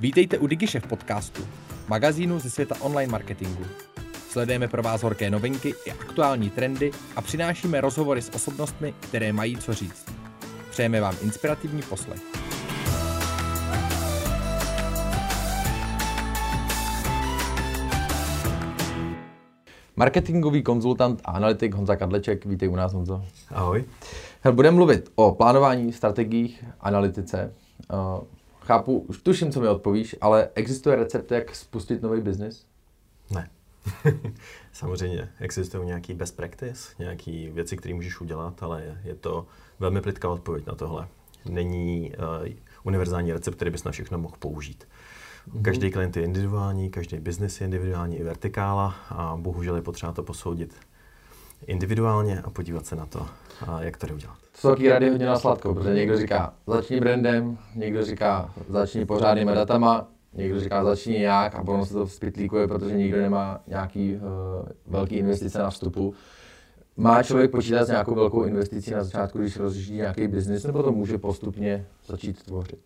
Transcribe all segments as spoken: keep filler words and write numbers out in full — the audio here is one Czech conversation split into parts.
Vítejte u DigiShef podcastu, magazínu ze světa online marketingu. Sledujeme pro vás horké novinky i aktuální trendy a přinášíme rozhovory s osobnostmi, které mají co říct. Přejeme vám inspirativní poslech. Marketingový konzultant a analytik Honza Kadleček. Vítej u nás, Honzo. Ahoj. Budeme mluvit o plánování, strategiích, analytice. Uh, chápu, už tuším, co mi odpovíš, ale existuje recept, jak spustit nový biznis? Ne. Samozřejmě existují nějaký best practice, nějaké věci, které můžeš udělat, ale je to velmi plytká odpověď na tohle. Není uh, univerzální recept, který bys na všechno mohl použít. Mm-hmm. Každý klient je individuální, každý biznis je individuální i vertikála a bohužel je potřeba to posoudit individuálně a podívat se na to, a jak to jde udělat. To jsou taky rady hodně na sladko, protože někdo říká začni brandem, někdo říká začni pořádnýma datama, někdo říká začni nějak a potom se to zpytlíkuje, protože nikdo nemá nějaký uh, velký investice na vstupu. Má člověk počítat s nějakou velkou investicí na začátku, když rozjíždí nějaký biznis, nebo to může postupně začít tvořit?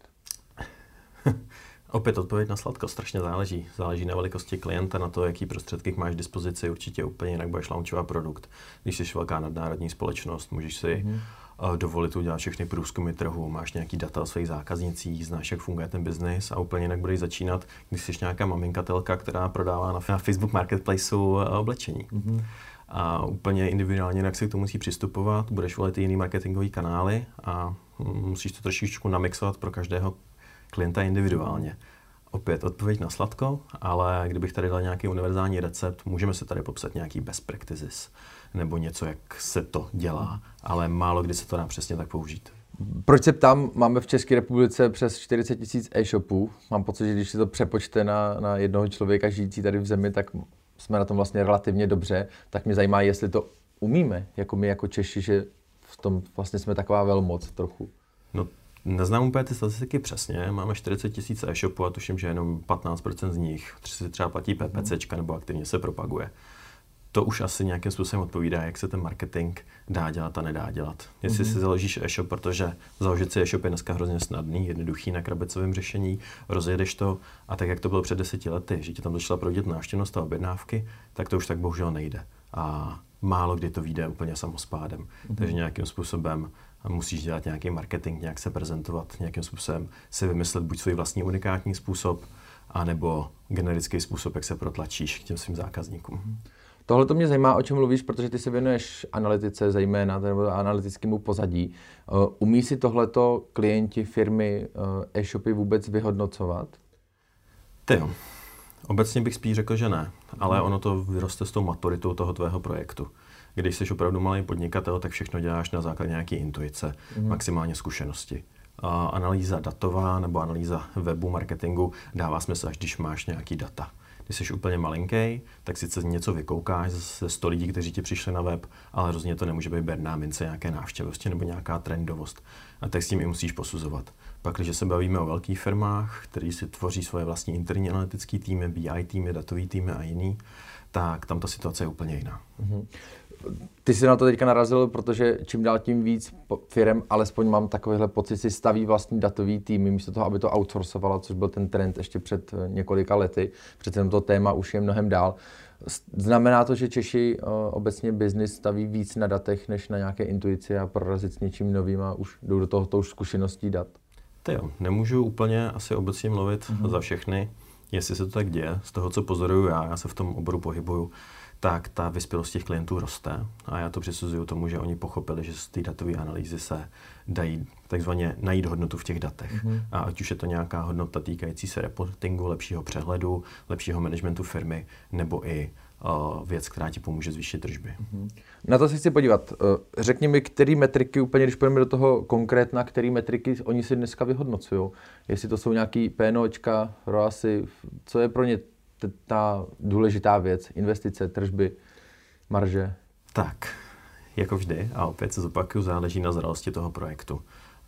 Opět odpověď na sladko, strašně záleží. Záleží na velikosti klienta, na to, jaký prostředky máš k dispozici, určitě úplně jinak budeš launchovat produkt. Když jsi velká nadnárodní společnost, můžeš si mm. uh, dovolit udělat všechny průzkumy trhu, máš nějaký data o svých zákaznicích, znáš, jak funguje ten biznis a úplně jinak budeš začínat, když jsi nějaká maminkatelka, která prodává na Facebook Marketplaceu uh, oblečení. Mm. A úplně individuálně jinak si k tomu musí přistupovat, budeš volit jiný marketingový kanály a musíš to trošičku namixovat pro každého klienta individuálně. Opět odpověď na sladko, ale kdybych tady dal nějaký univerzální recept, můžeme se tady popsat nějaký best practices nebo něco, jak se to dělá, ale málo kdy se to dá přesně tak použít. Proč se ptám, máme v České republice přes čtyřicet tisíc e-shopů. Mám pocit, že když si to přepočte na, na jednoho člověka žijící tady v zemi, tak jsme na tom vlastně relativně dobře. Tak mě zajímá, jestli to umíme, jako my jako Češi, že v tom vlastně jsme taková velmoc trochu. No, neznám úplně ty statistiky přesně, máme čtyřicet tisíc e-shopů a tuším, že jenom patnáct procent z nich si třeba platí PPCčka nebo aktivně se propaguje. To už asi nějakým způsobem odpovídá, jak se ten marketing dá dělat a nedá dělat. Jestli mm-hmm. si založíš e-shop, protože založit si e-shop je dneska hrozně snadný, jednoduchý na krabicovém řešení, rozjedeš to a tak, jak to bylo před deseti lety, že ti tam začala proudit návštěvnost a objednávky, tak to už tak bohužel nejde. A málo kdy to vyjde úplně samospádem. Mm-hmm. Takže nějakým způsobem musíš dělat nějaký marketing, nějak se prezentovat, nějakým způsobem si vymyslet buď svůj vlastní unikátní způsob, anebo generický způsob, jak se protlačíš k těm svým zákazníkům. Tohle to mě zajímá, o čem mluvíš, protože ty se věnuješ analytice, zejména nebo analytickému pozadí. Uh, umí si tohleto klienti, firmy, uh, e-shopy vůbec vyhodnocovat? Ty jo. Obecně bych spíš řekl, že ne, ale ono to vyroste s tou maturitou toho tvého projektu. Když jsi opravdu malý podnikatel, tak všechno děláš na základě nějaké intuice, mm. maximálně zkušenosti. A analýza datová nebo analýza webu, marketingu dává smysl, až když máš nějaký data. Když jsi úplně malinký, tak sice něco vykoukáš ze sto lidí, kteří ti přišli na web, ale hrozně to nemůže být berná mince nějaké návštěvosti nebo nějaká trendovost. A tak s tím i musíš posuzovat. Pak, když se bavíme o velkých firmách, který si tvoří svoje vlastní interní analytické týmy, B I týmy, datové týmy a jiný, tak tam ta situace je úplně jiná. Mm-hmm. Ty jsi na to teďka narazil, protože čím dál tím víc firem, alespoň mám takovýhle pocit, si staví vlastní datový týmy, místo toho, aby to outsourcovala, což byl ten trend ještě před několika lety. Přece to téma už je mnohem dál. Znamená to, že Češi obecně biznis staví víc na datech, než na nějaké intuici a prorazit s něčím novým a už jdou do toho už zkušeností dat? To jo, nemůžu úplně asi obecně mluvit mm-hmm. za všechny, jestli se to tak děje. Z toho, co pozoruju já, já se v tom oboru pohybuju, tak ta vyspělost těch klientů roste a já to přisuzuju tomu, že oni pochopili, že z té datové analýzy se dají takzvaně najít hodnotu v těch datech. Mm-hmm. A ať už je to nějaká hodnota týkající se reportingu, lepšího přehledu, lepšího managementu firmy, nebo i uh, věc, která ti pomůže zvýšit tržby. Mm-hmm. Na to se chci podívat. Řekni mi, které metriky, úplně když půjdeme do toho konkrétna, které metriky oni si dneska vyhodnocují. Jestli to jsou nějaký PNOčka, ROASy, co je pro ně ta důležitá věc, investice, tržby, marže? Tak, jako vždy, a opět se zopakuju, záleží na zralosti toho projektu.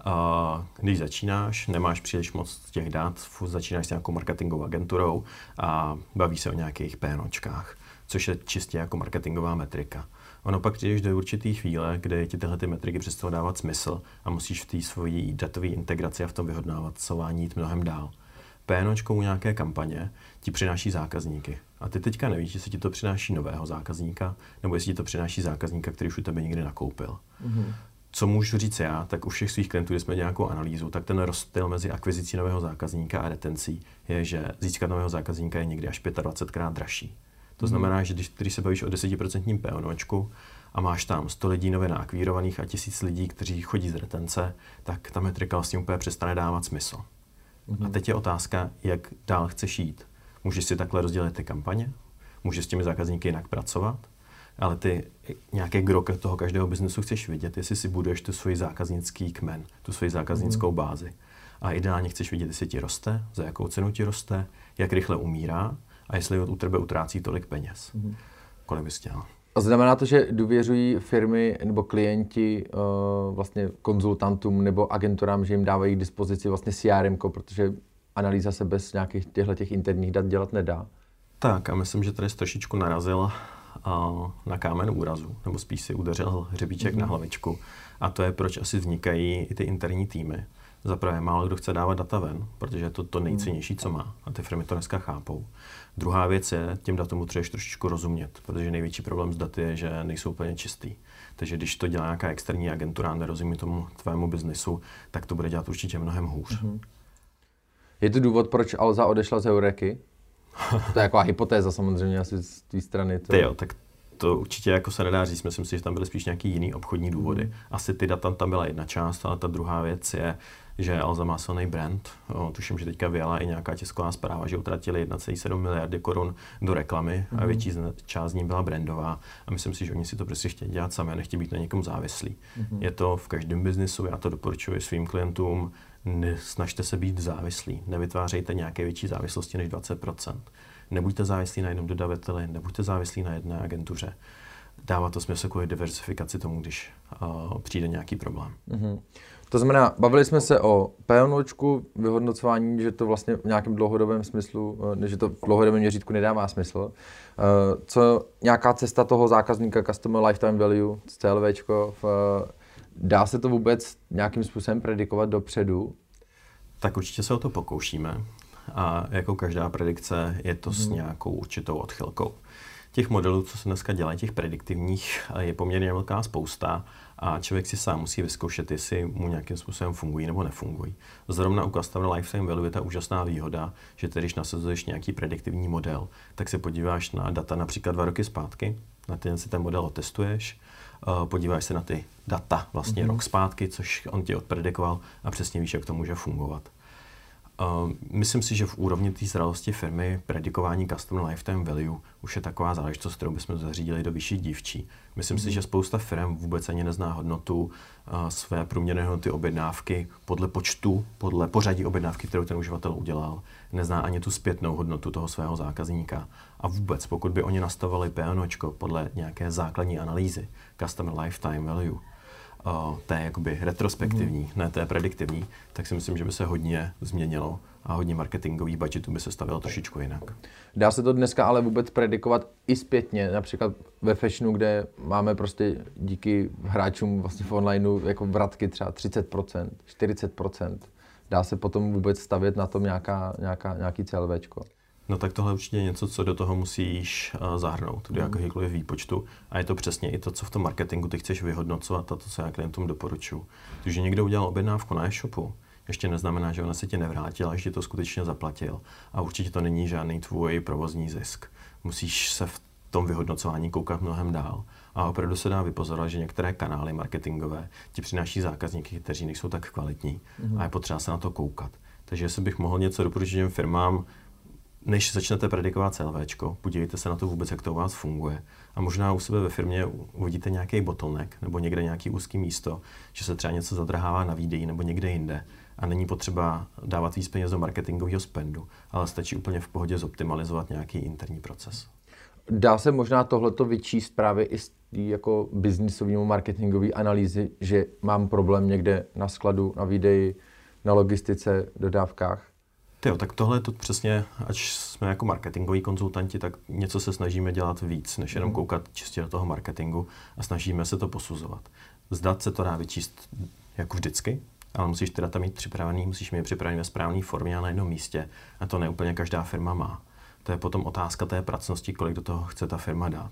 A když začínáš, nemáš příliš moc těch dat, začínáš s nějakou marketingovou agenturou a baví se o nějakých PNOčkách, což je čistě jako marketingová metrika. Ono pak přijdeš do určitý chvíle, kde ti tyhle ty metriky přestanou dávat smysl a musíš v té svojí datové integraci a v tom vyhodnocování jít mnohem dál. PNOčko u nějaké kampaně ti přináší zákazníky. A ty teďka nevíš, jestli ti to přináší nového zákazníka, nebo jestli ti to přináší zákazníka, který už u tebe někdy nakoupil. Mm-hmm. Co můžu říct já, tak u všech svých klientů, když jsme dělali nějakou analýzu, tak ten rozptyl mezi akvizicí nového zákazníka a retencí je, že získat nového zákazníka je někdy až dvacet pětkrát dražší. To mm-hmm. znamená, že když, když se bavíš o deset procent PNOčku a máš tam sto lidí nově naakvírovaných a tisíc lidí, kteří chodí z retence, tak ta metrika vlastně úplně přestane dávat smysl. Mm-hmm. A teď je otázka, jak dál chceš jít. Můžeš si takhle rozdělit ty kampaně, můžeš s těmi zákazníky jinak pracovat, ale ty nějaké gro toho každého biznesu chceš vidět, jestli si buduješ tu svůj zákaznický kmen, tu svoji zákaznickou bázi. A ideálně chceš vidět, jestli ti roste, za jakou cenu ti roste, jak rychle umírá a jestli u tebe utrácí tolik peněz. Mm-hmm. Kolik bys chtěl? A znamená to, že důvěřují firmy nebo klienti uh, vlastně konzultantům nebo agenturám, že jim dávají k dispozici vlastně C R M ko, protože analýza se bez nějakých těchto interních dat dělat nedá? Tak a myslím, že tady jsi trošičku narazil uh, na kámen úrazu, nebo spíš si udeřil hřebíček mm-hmm. na hlavičku. A to je, proč asi vznikají i ty interní týmy. Zaprvé málo kdo chce dávat data ven, protože je to to nejcennější, co má. A ty firmy to dneska chápou. Druhá věc je, těm datům potřebuješ trošičku rozumět, protože největší problém s daty je, že nejsou úplně čistý. Takže když to dělá nějaká externí agentura a nerozumí tomu tvému biznisu, tak to bude dělat určitě mnohem hůř. Mm-hmm. Je to důvod, proč Alza odešla z Eureky? To je taková hypotéza samozřejmě asi z té strany. To... Ty jo, tak to určitě jako se nedá říct. Myslím si, že tam byly spíš nějaký jiný obchodní důvody. Mm. Asi ty data tam byla jedna část, ale ta druhá věc je, že Alza má silný brand. O, tuším, že teďka vyjela i nějaká tisková zpráva, že utratili jedna celá sedm miliardy korun do reklamy mm. a větší část z ní byla brandová. A myslím si, že oni si to prostě chtějí dělat sami a nechtějí být na někom závislí. Mm. Je to v každém biznisu, já to doporučuji svým klientům. Snažte se být závislí, nevytvářejte nějaké větší závislosti než dvacet procent. Nebuďte závislí na jednom dodavateli, nebuďte závislí na jedné agentuře. Dává to smysl kvůli diversifikaci tomu, když uh, přijde nějaký problém. Mm-hmm. To znamená, bavili jsme se o PNOčku, vyhodnocování, že to vlastně v nějakém dlouhodobém smyslu, že to v dlouhodobém měřítku nedává smysl. Uh, co nějaká cesta toho zákazníka, Customer Lifetime Value, CLVčko, v, dá se to vůbec nějakým způsobem predikovat dopředu? Tak určitě se o to pokoušíme. A jako každá predikce je to mm. s nějakou určitou odchylkou. Těch modelů, co se dneska dělají, těch prediktivních, je poměrně velká spousta a člověk si sám musí vyzkoušet, jestli mu nějakým způsobem fungují nebo nefungují. Zrovna u Customer Lifetime Value je ta úžasná výhoda, že když nasazuješ nějaký prediktivní model, tak se podíváš na data například dva roky zpátky, na ten si ten model otestuješ, podíváš se na ty data vlastně mm. rok zpátky, což on ti odpredikoval a přesně víš, jak to může fungovat. Uh, myslím si, že v úrovni té zralosti firmy predikování Customer Lifetime Value už je taková záležitost, kterou bychom zařídili do vyšší dívčí. Myslím mm. si, že spousta firm vůbec ani nezná hodnotu uh, své průměrné hodnoty objednávky podle počtu, podle pořadí objednávky, kterou ten uživatel udělal. Nezná ani tu zpětnou hodnotu toho svého zákazníka. A vůbec, pokud by oni nastavili PNOčko podle nějaké základní analýzy Customer Lifetime Value, Uh, té jakoby retrospektivní, mm. ne té prediktivní, tak si myslím, že by se hodně změnilo a hodně marketingových budgetů by se stavilo trošičku jinak. Dá se to dneska ale vůbec predikovat i zpětně, například ve fashionu, kde máme prostě díky hráčům vlastně v onlineu jako vratky třeba třicet procent, čtyřicet procent. Dá se potom vůbec stavět na tom nějaká, nějaká, nějaký CLVčko? No tak tohle určitě je něco, co do toho musíš uh, zahrnout, do jakéhokoliv výpočtu. A je to přesně i to, co v tom marketingu ty chceš vyhodnocovat a to, co já klientům doporučuji. Když někdo udělal objednávku na e-shopu, ještě neznamená, že ona se ti nevrátila, že ti to skutečně zaplatil. A určitě to není žádný tvůj provozní zisk. Musíš se v tom vyhodnocování koukat mnohem dál. A opravdu se dá vypozorovat, že některé kanály marketingové ti přináší zákazníky, kteří nejsou tak kvalitní. Mm. A je potřeba se na to koukat. Takže jestli bych mohl něco doporučit těm firmám, než začnete predikovat CLVčko, podívejte se na to vůbec, jak to u vás funguje. A možná u sebe ve firmě uvidíte nějaký bottleneck nebo někde nějaký úzký místo, že se třeba něco zadrhává na výdeji nebo někde jinde. A není potřeba dávat víc peněz do marketingového spendu, ale stačí úplně v pohodě zoptimalizovat nějaký interní proces. Dá se možná tohleto vyčíst právě i z tý jako biznisového marketingové analýzy, že mám problém někde na skladu, na výdeji, na logistice, dodávkách? Jo, tak tohle je to přesně, ať jsme jako marketingoví konzultanti, tak něco se snažíme dělat víc, než jenom koukat čistě do toho marketingu a snažíme se to posuzovat. Z dat se to dá vyčíst jako vždycky, ale musíš ty data mít připravený, musíš mít připravený ve správné formě a na jednom místě. A to ne úplně každá firma má. To je potom otázka té pracnosti, kolik do toho chce ta firma dát.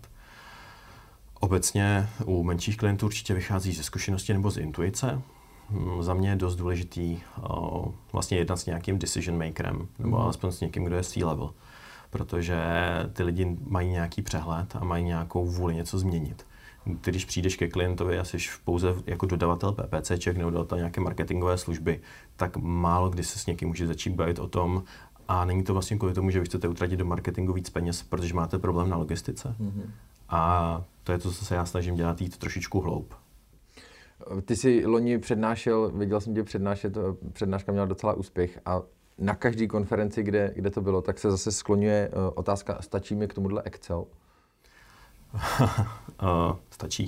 Obecně u menších klientů určitě vychází ze zkušenosti nebo z intuice. Za mě je dost důležitý o, vlastně jednat s nějakým decision makerem, nebo mm. alespoň s někým, kdo je C-level. Protože ty lidi mají nějaký přehled a mají nějakou vůli něco změnit. Ty, když přijdeš ke klientovi a jsi pouze jako dodavatel PPCček nebo dodavatel nějaké marketingové služby, tak málo kdy se s někým může začít bavit o tom, a není to vlastně kvůli tomu, že vy chcete utratit do marketingu víc peněz, protože máte problém na logistice. Mm-hmm. A to je to, co se já snažím dělat, jít trošičku hloub. Ty jsi loni přednášel, viděl jsem tě přednášet, přednáška měla docela úspěch a na každé konferenci, kde, kde to bylo, tak se zase skloňuje otázka, stačí mi k tomuhle Excel? uh, stačí.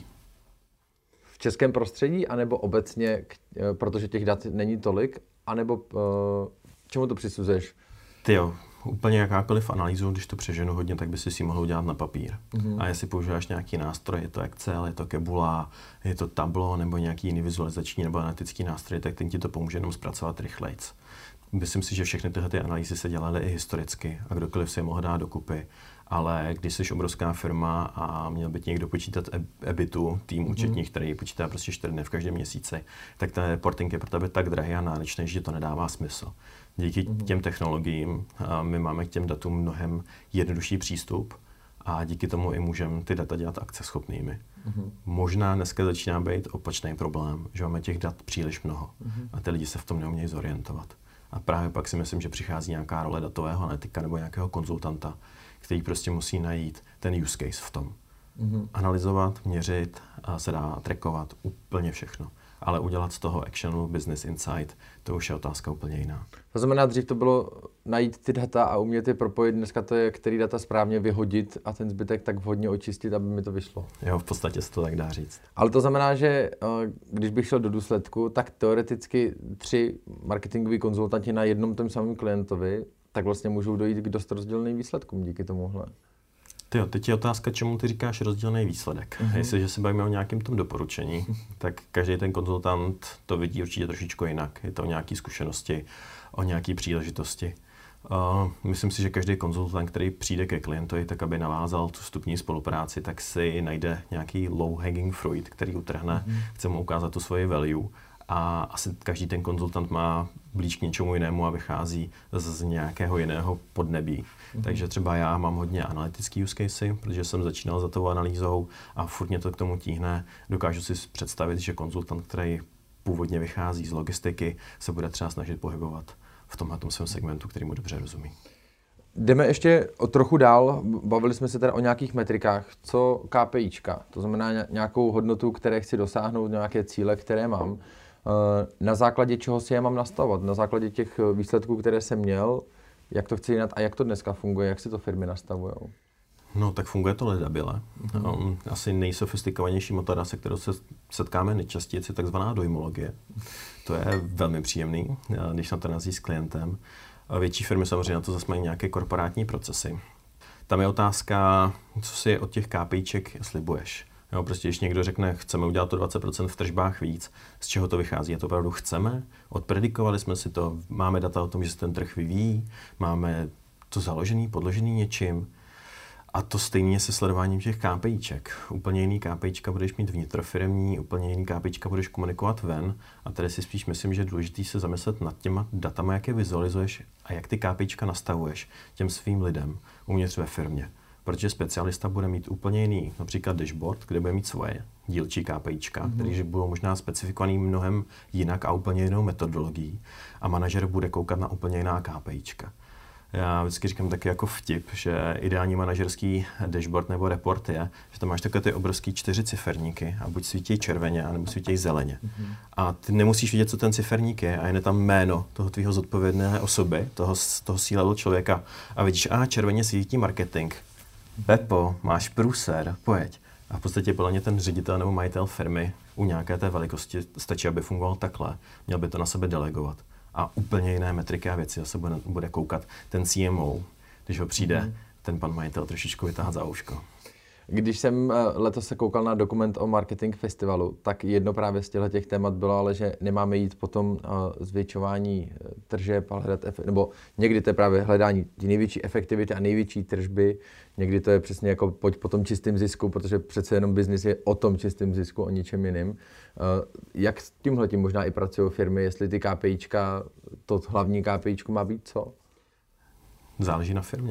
V českém prostředí, anebo obecně, protože těch dat není tolik, anebo uh, čemu to přisuzuješ? Ty jo, úplně jakákoliv analýzu, když to přeženu hodně, tak by si si mohl udělat na papír. Mm-hmm. A jestli používáš nějaký nástroj, je to Excel, je to Kebula, je to Tableau nebo nějaký jiný vizualizační nebo analytický nástroj, tak ten ti to pomůže jenom zpracovat rychlejc. Myslím si, že všechny tyhle ty analýzy se dělaly i historicky a kdokoliv si je mohl dát dokupy. Ale když jsi obrovská firma a měl by ti někdo počítat EBITu, tým mm-hmm. účetních, který počítá prostě čtyři dny v každém měsíci, tak ten reporting je pro tebe tak drahý a náročný, že to nedává smysl. Díky mm-hmm. těm technologiím my máme k těm datům mnohem jednodušší přístup a díky tomu i můžeme ty data dělat akceschopnými. Mm-hmm. Možná dneska začíná být opačný problém, že máme těch dat příliš mnoho mm-hmm. a ty lidi se v tom neumějí zorientovat. A právě pak si myslím, že přichází nějaká role datového analytika nebo nějakého konzultanta, který prostě musí najít ten use case v tom. Mm-hmm. Analyzovat, měřit a se dá trackovat úplně všechno. Ale udělat z toho actionu business insight, to už je otázka úplně jiná. To znamená, dřív to bylo najít ty data a umět je propojit, dneska to je, který data správně vyhodit a ten zbytek tak vhodně očistit, aby mi to vyšlo. Jo, v podstatě se to tak dá říct. Ale to znamená, že když bych šel do důsledku, tak teoreticky tři marketingoví konzultanti na jednom tom samém klientovi, tak vlastně můžou dojít k dost rozdílným výsledkům díky tomuhle. Tyjo, teď je otázka, čemu ty říkáš rozdílný výsledek. Mm-hmm. Jestliže se bavíme o nějakém tom doporučení, tak každý ten konzultant to vidí určitě trošičku jinak. Je to o nějaké zkušenosti, o nějaké příležitosti. Uh, myslím si, že každý konzultant, který přijde ke klientovi, tak aby navázal tu vstupní spolupráci, tak si najde nějaký low-hanging fruit, který utrhne, mm-hmm. chce mu ukázat tu svoji value. A asi každý ten konzultant má blíž k něčemu jinému a vychází z nějakého jiného podnebí. Mm-hmm. Takže třeba já mám hodně analytický use casey, protože jsem začínal za tou analýzou a furt mě to k tomu tíhne. Dokážu si představit, že konzultant, který původně vychází z logistiky, se bude třeba snažit pohybovat v tomhle svém segmentu, který mu dobře rozumí. Jdeme ještě o trochu dál. Bavili jsme se teda o nějakých metrikách. Co KPIčka? To znamená nějakou hodnotu, které chci dosáhnout, nějaké cíle, které mám. Na základě čeho si je mám nastavovat? Na základě těch výsledků, které jsem měl, jak to chci jinak a jak to dneska funguje, jak si to firmy nastavují? No, tak funguje to ledabile. Mm-hmm. Um, asi nejsofistikovanější metoda, se kterou se setkáme nejčastěji, je takzvaná dojmologie. To je velmi příjemný, když na to narazí s klientem. A větší firmy samozřejmě na to zase mají nějaké korporátní procesy. Tam je otázka, co si od těch KPIček slibuješ. Jo, prostě když někdo řekne, chceme udělat to dvacet procent v tržbách víc, z čeho to vychází? Je to opravdu chceme? Odpredikovali jsme si to, máme data o tom, že se ten trh vyvíjí, máme to založený, podložený něčím. A to stejně se sledováním těch KPIček. Úplně jiný KPIčka budeš mít vnitrofiremní, úplně jiný KPIčka budeš komunikovat ven. A tady si spíš myslím, že je důležité se zamyslet nad těma datama, jak je vizualizuješ a jak ty KPIčka nastavuješ těm svým lidem uvnitř ve firmě. Protože specialista bude mít úplně jiný, například dashboard, kde bude mít svoje dílčí KPIčka, mm-hmm. které budou možná specifikovaný mnohem jinak a úplně jinou metodologií. A manažer bude koukat na úplně jiná KPIčka. Já vždycky říkám taky jako vtip, že ideální manažerský dashboard nebo report je, že tam máš takové ty obrovský čtyři ciferníky a buď svítí červeně, anebo svítí zeleně. Mm-hmm. A ty nemusíš vidět, co ten ciferník je a jen je tam jméno toho tvýho zodpovědné osoby, toho, toho C-level člověka a vidíš, a červeně svítí marketing. Pepo, máš průser, pojď. A v podstatě podle mě ten ředitel nebo majitel firmy u nějaké té velikosti stačí, aby fungoval takhle. Měl by to na sebe delegovat. A úplně jiné metriky a věci se bude, bude koukat ten C M O, když ho přijde mm-hmm. ten pan majitel trošičku vytáhat za ouško. Když jsem letos se koukal na dokument o marketing festivalu, tak jedno právě z těchto těch témat bylo, ale že nemáme jít potom zvětšování tržeb, ale hledat, efe- nebo někdy to je právě hledání největší efektivity a největší tržby, někdy to je přesně jako pojď po tom čistým zisku, protože přece jenom biznis je o tom čistým zisku, o ničem jiným. Jak s tímhletím možná i pracují firmy, jestli ty KPIčka, to hlavní KPIčko má být co? Záleží na firmě.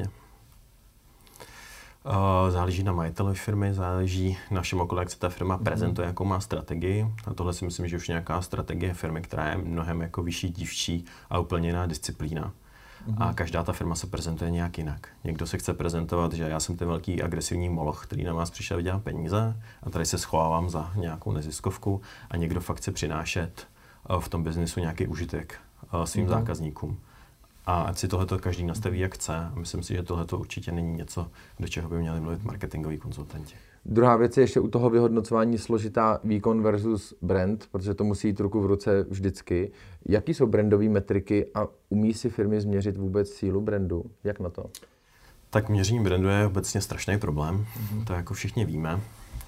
Záleží na majiteli firmy, záleží na všem okolí, jak se ta firma prezentuje, jakou má strategii. A tohle si myslím, že už nějaká strategie firmy, která je mnohem jako vyšší, divší a úplně jiná disciplína. Mm-hmm. A každá ta firma se prezentuje nějak jinak. Někdo se chce prezentovat, že já jsem ten velký agresivní moloch, který na vás přišel vydělat peníze a tady se schovávám za nějakou neziskovku, a někdo fakt chce přinášet v tom biznesu nějaký užitek svým mm-hmm. zákazníkům. A ať si tohleto každý nastaví, jak chce. A myslím si, že tohleto určitě není něco, do čeho by měli mluvit marketingoví konzultanti. Druhá věc je ještě u toho vyhodnocování složitá výkon versus brand, protože to musí jít ruku v ruce vždycky. Jaký jsou brandové metriky a umí si firmy změřit vůbec sílu brandu? Jak na to? Tak měření brandu je obecně strašný problém. Mm-hmm. To jako všichni víme.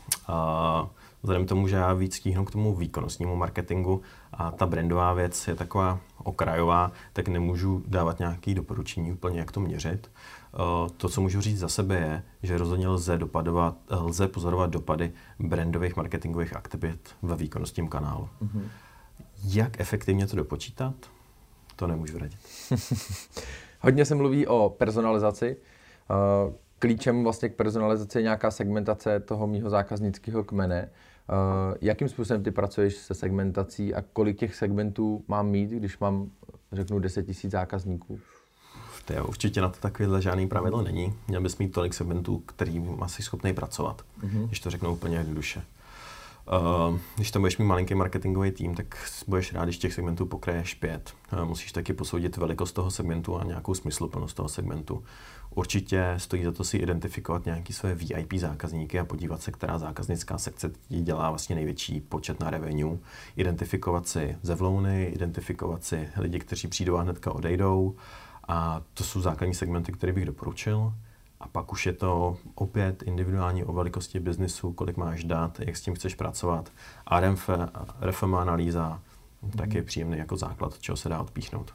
A vzhledem k tomu, že já víc tíhnu k tomu výkonnostnímu marketingu a ta brandová věc je taková okrajová, tak nemůžu dávat nějaké doporučení úplně, jak to měřit. To, co můžu říct za sebe, je, že rozhodně lze, dopadovat, lze pozorovat dopady brandových marketingových aktivit ve výkonnostním kanálu. Mm-hmm. Jak efektivně to dopočítat, to nemůžu radit. Hodně se mluví o personalizaci. Klíčem vlastně k personalizaci je nějaká segmentace toho mýho zákaznického kmene. Uh, jakým způsobem ty pracuješ se segmentací a kolik těch segmentů mám mít, když mám, řeknu, deset tisíc zákazníků? To je, určitě na to takovýhle žádný pravidlo není. Měl bys mít tolik segmentů, kterým jsi schopný pracovat, uh-huh. když to řeknu úplně jednoduše. Uh, když tam budeš mít malinký marketingový tým, tak budeš rád, když těch segmentů pokraješ pět. Uh, musíš taky posoudit velikost toho segmentu a nějakou smysluplnost toho segmentu. Určitě stojí za to si identifikovat nějaké své V I P zákazníky a podívat se, která zákaznická sekce dělá vlastně největší počet na revenue. Identifikovat si zevlouny, identifikovat si lidi, kteří přijdou a hnedka odejdou. A to jsou základní segmenty, které bych doporučil. A pak už je to opět individuální o velikosti biznisu, kolik máš dát, jak s tím chceš pracovat. A R F M analýza tak je příjemný jako základ, čeho se dá odpíchnout.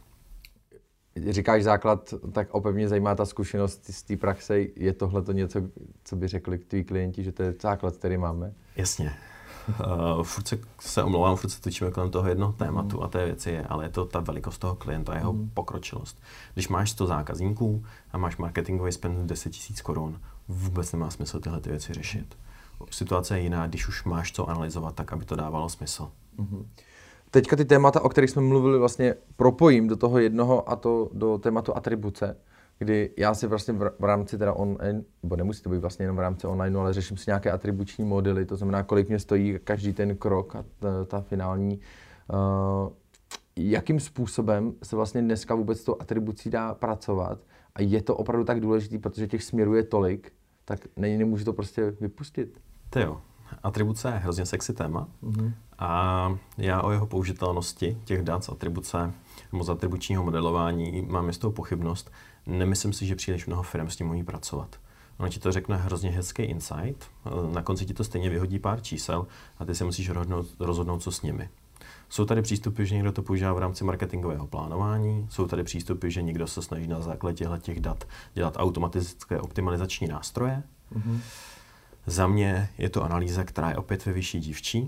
Říkáš základ, tak opět mě zajímá ta zkušenost z té praxe. Je tohle to něco, co by řekli tví klienti, že to je základ, který máme? Jasně. Uh, furt se, se omlouvám, furt se točíme kolem toho jednoho tématu mm. a té věci je, ale je to ta velikost toho klienta, jeho mm. pokročilost. Když máš sto zákazníků a máš marketingový spend deset tisíc korun, vůbec nemá smysl tyhle ty věci řešit. Situace je jiná, když už máš co analyzovat, tak aby to dávalo smysl. Mm. Teďka ty témata, o kterých jsme mluvili, vlastně propojím do toho jednoho, a to do tématu atribuce, kdy já si vlastně v rámci teda online, nebo nemusí to být vlastně jenom v rámci online, ale řeším si nějaké atribuční modely, to znamená, kolik mě stojí každý ten krok a ta, ta finální. Uh, jakým způsobem se vlastně dneska vůbec s tou atribucí dá pracovat a je to opravdu tak důležitý, protože těch směrů je tolik, tak ne, nemůžu to prostě vypustit. To jo. Atribuce je hrozně sexy téma mm-hmm. a já o jeho použitelnosti těch dat z atribuce nebo z atribučního modelování mám jistou pochybnost. Nemyslím si, že příliš mnoho firm s tím umí pracovat. Ono ti to řekne hrozně hezký insight, na konci ti to stejně vyhodí pár čísel a ty si musíš rozhodnout, rozhodnout co s nimi. Jsou tady přístupy, že někdo to používá v rámci marketingového plánování, jsou tady přístupy, že někdo se snaží na základě těch dat dělat automatické optimalizační nástroje. Mm-hmm. Za mě je to analýza, která je opět ve vyšší dívčí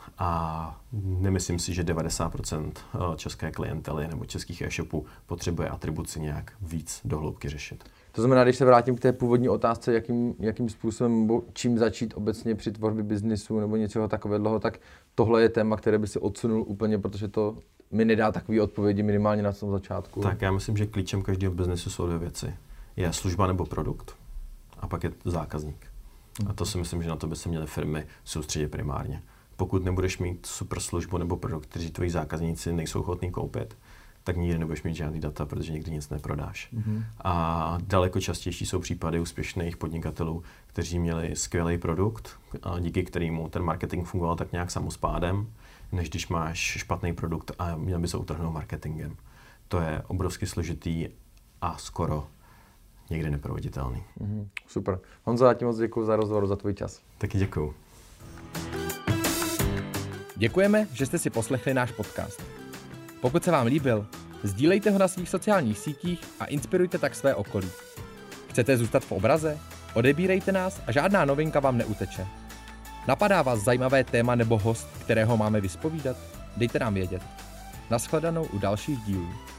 a nemyslím si, že devadesát procent české klientely nebo českých e-shopů potřebuje atribuci nějak víc do hloubky řešit. To znamená, když se vrátím k té původní otázce, jakým, jakým způsobem nebo čím začít obecně při tvorbě biznisu nebo něčeho takového, tak tohle je téma, které by si odsunul úplně, protože to mi nedá takové odpovědi minimálně na tom začátku. Tak já myslím, že klíčem každého biznisu jsou dvě věci. Je služba nebo produkt a pak je zákazník. A to si myslím, že na to by se měly firmy soustředit primárně. Pokud nebudeš mít super službu nebo produkt, který tvoji zákazníci nejsou ochotní koupit, tak nikdy nebudeš mít žádný data, protože nikdy nic neprodáš. Mm-hmm. A daleko častější jsou případy úspěšných podnikatelů, kteří měli skvělý produkt, a díky kterému ten marketing fungoval tak nějak samospádem, než když máš špatný produkt a měl by se utrhnout marketingem. To je obrovsky složitý a skoro někdy neproveditelný. Mm-hmm. Super. Honzo, já ti moc děkuji za rozhovor, za tvůj čas. Taky děkuju. Děkujeme, že jste si poslechli náš podcast. Pokud se vám líbil, sdílejte ho na svých sociálních sítích a inspirujte tak své okolí. Chcete zůstat v obraze? Odebírejte nás a žádná novinka vám neuteče. Napadá vás zajímavé téma nebo host, kterého máme vyspovídat? Dejte nám vědět. Nashledanou u dalších dílů.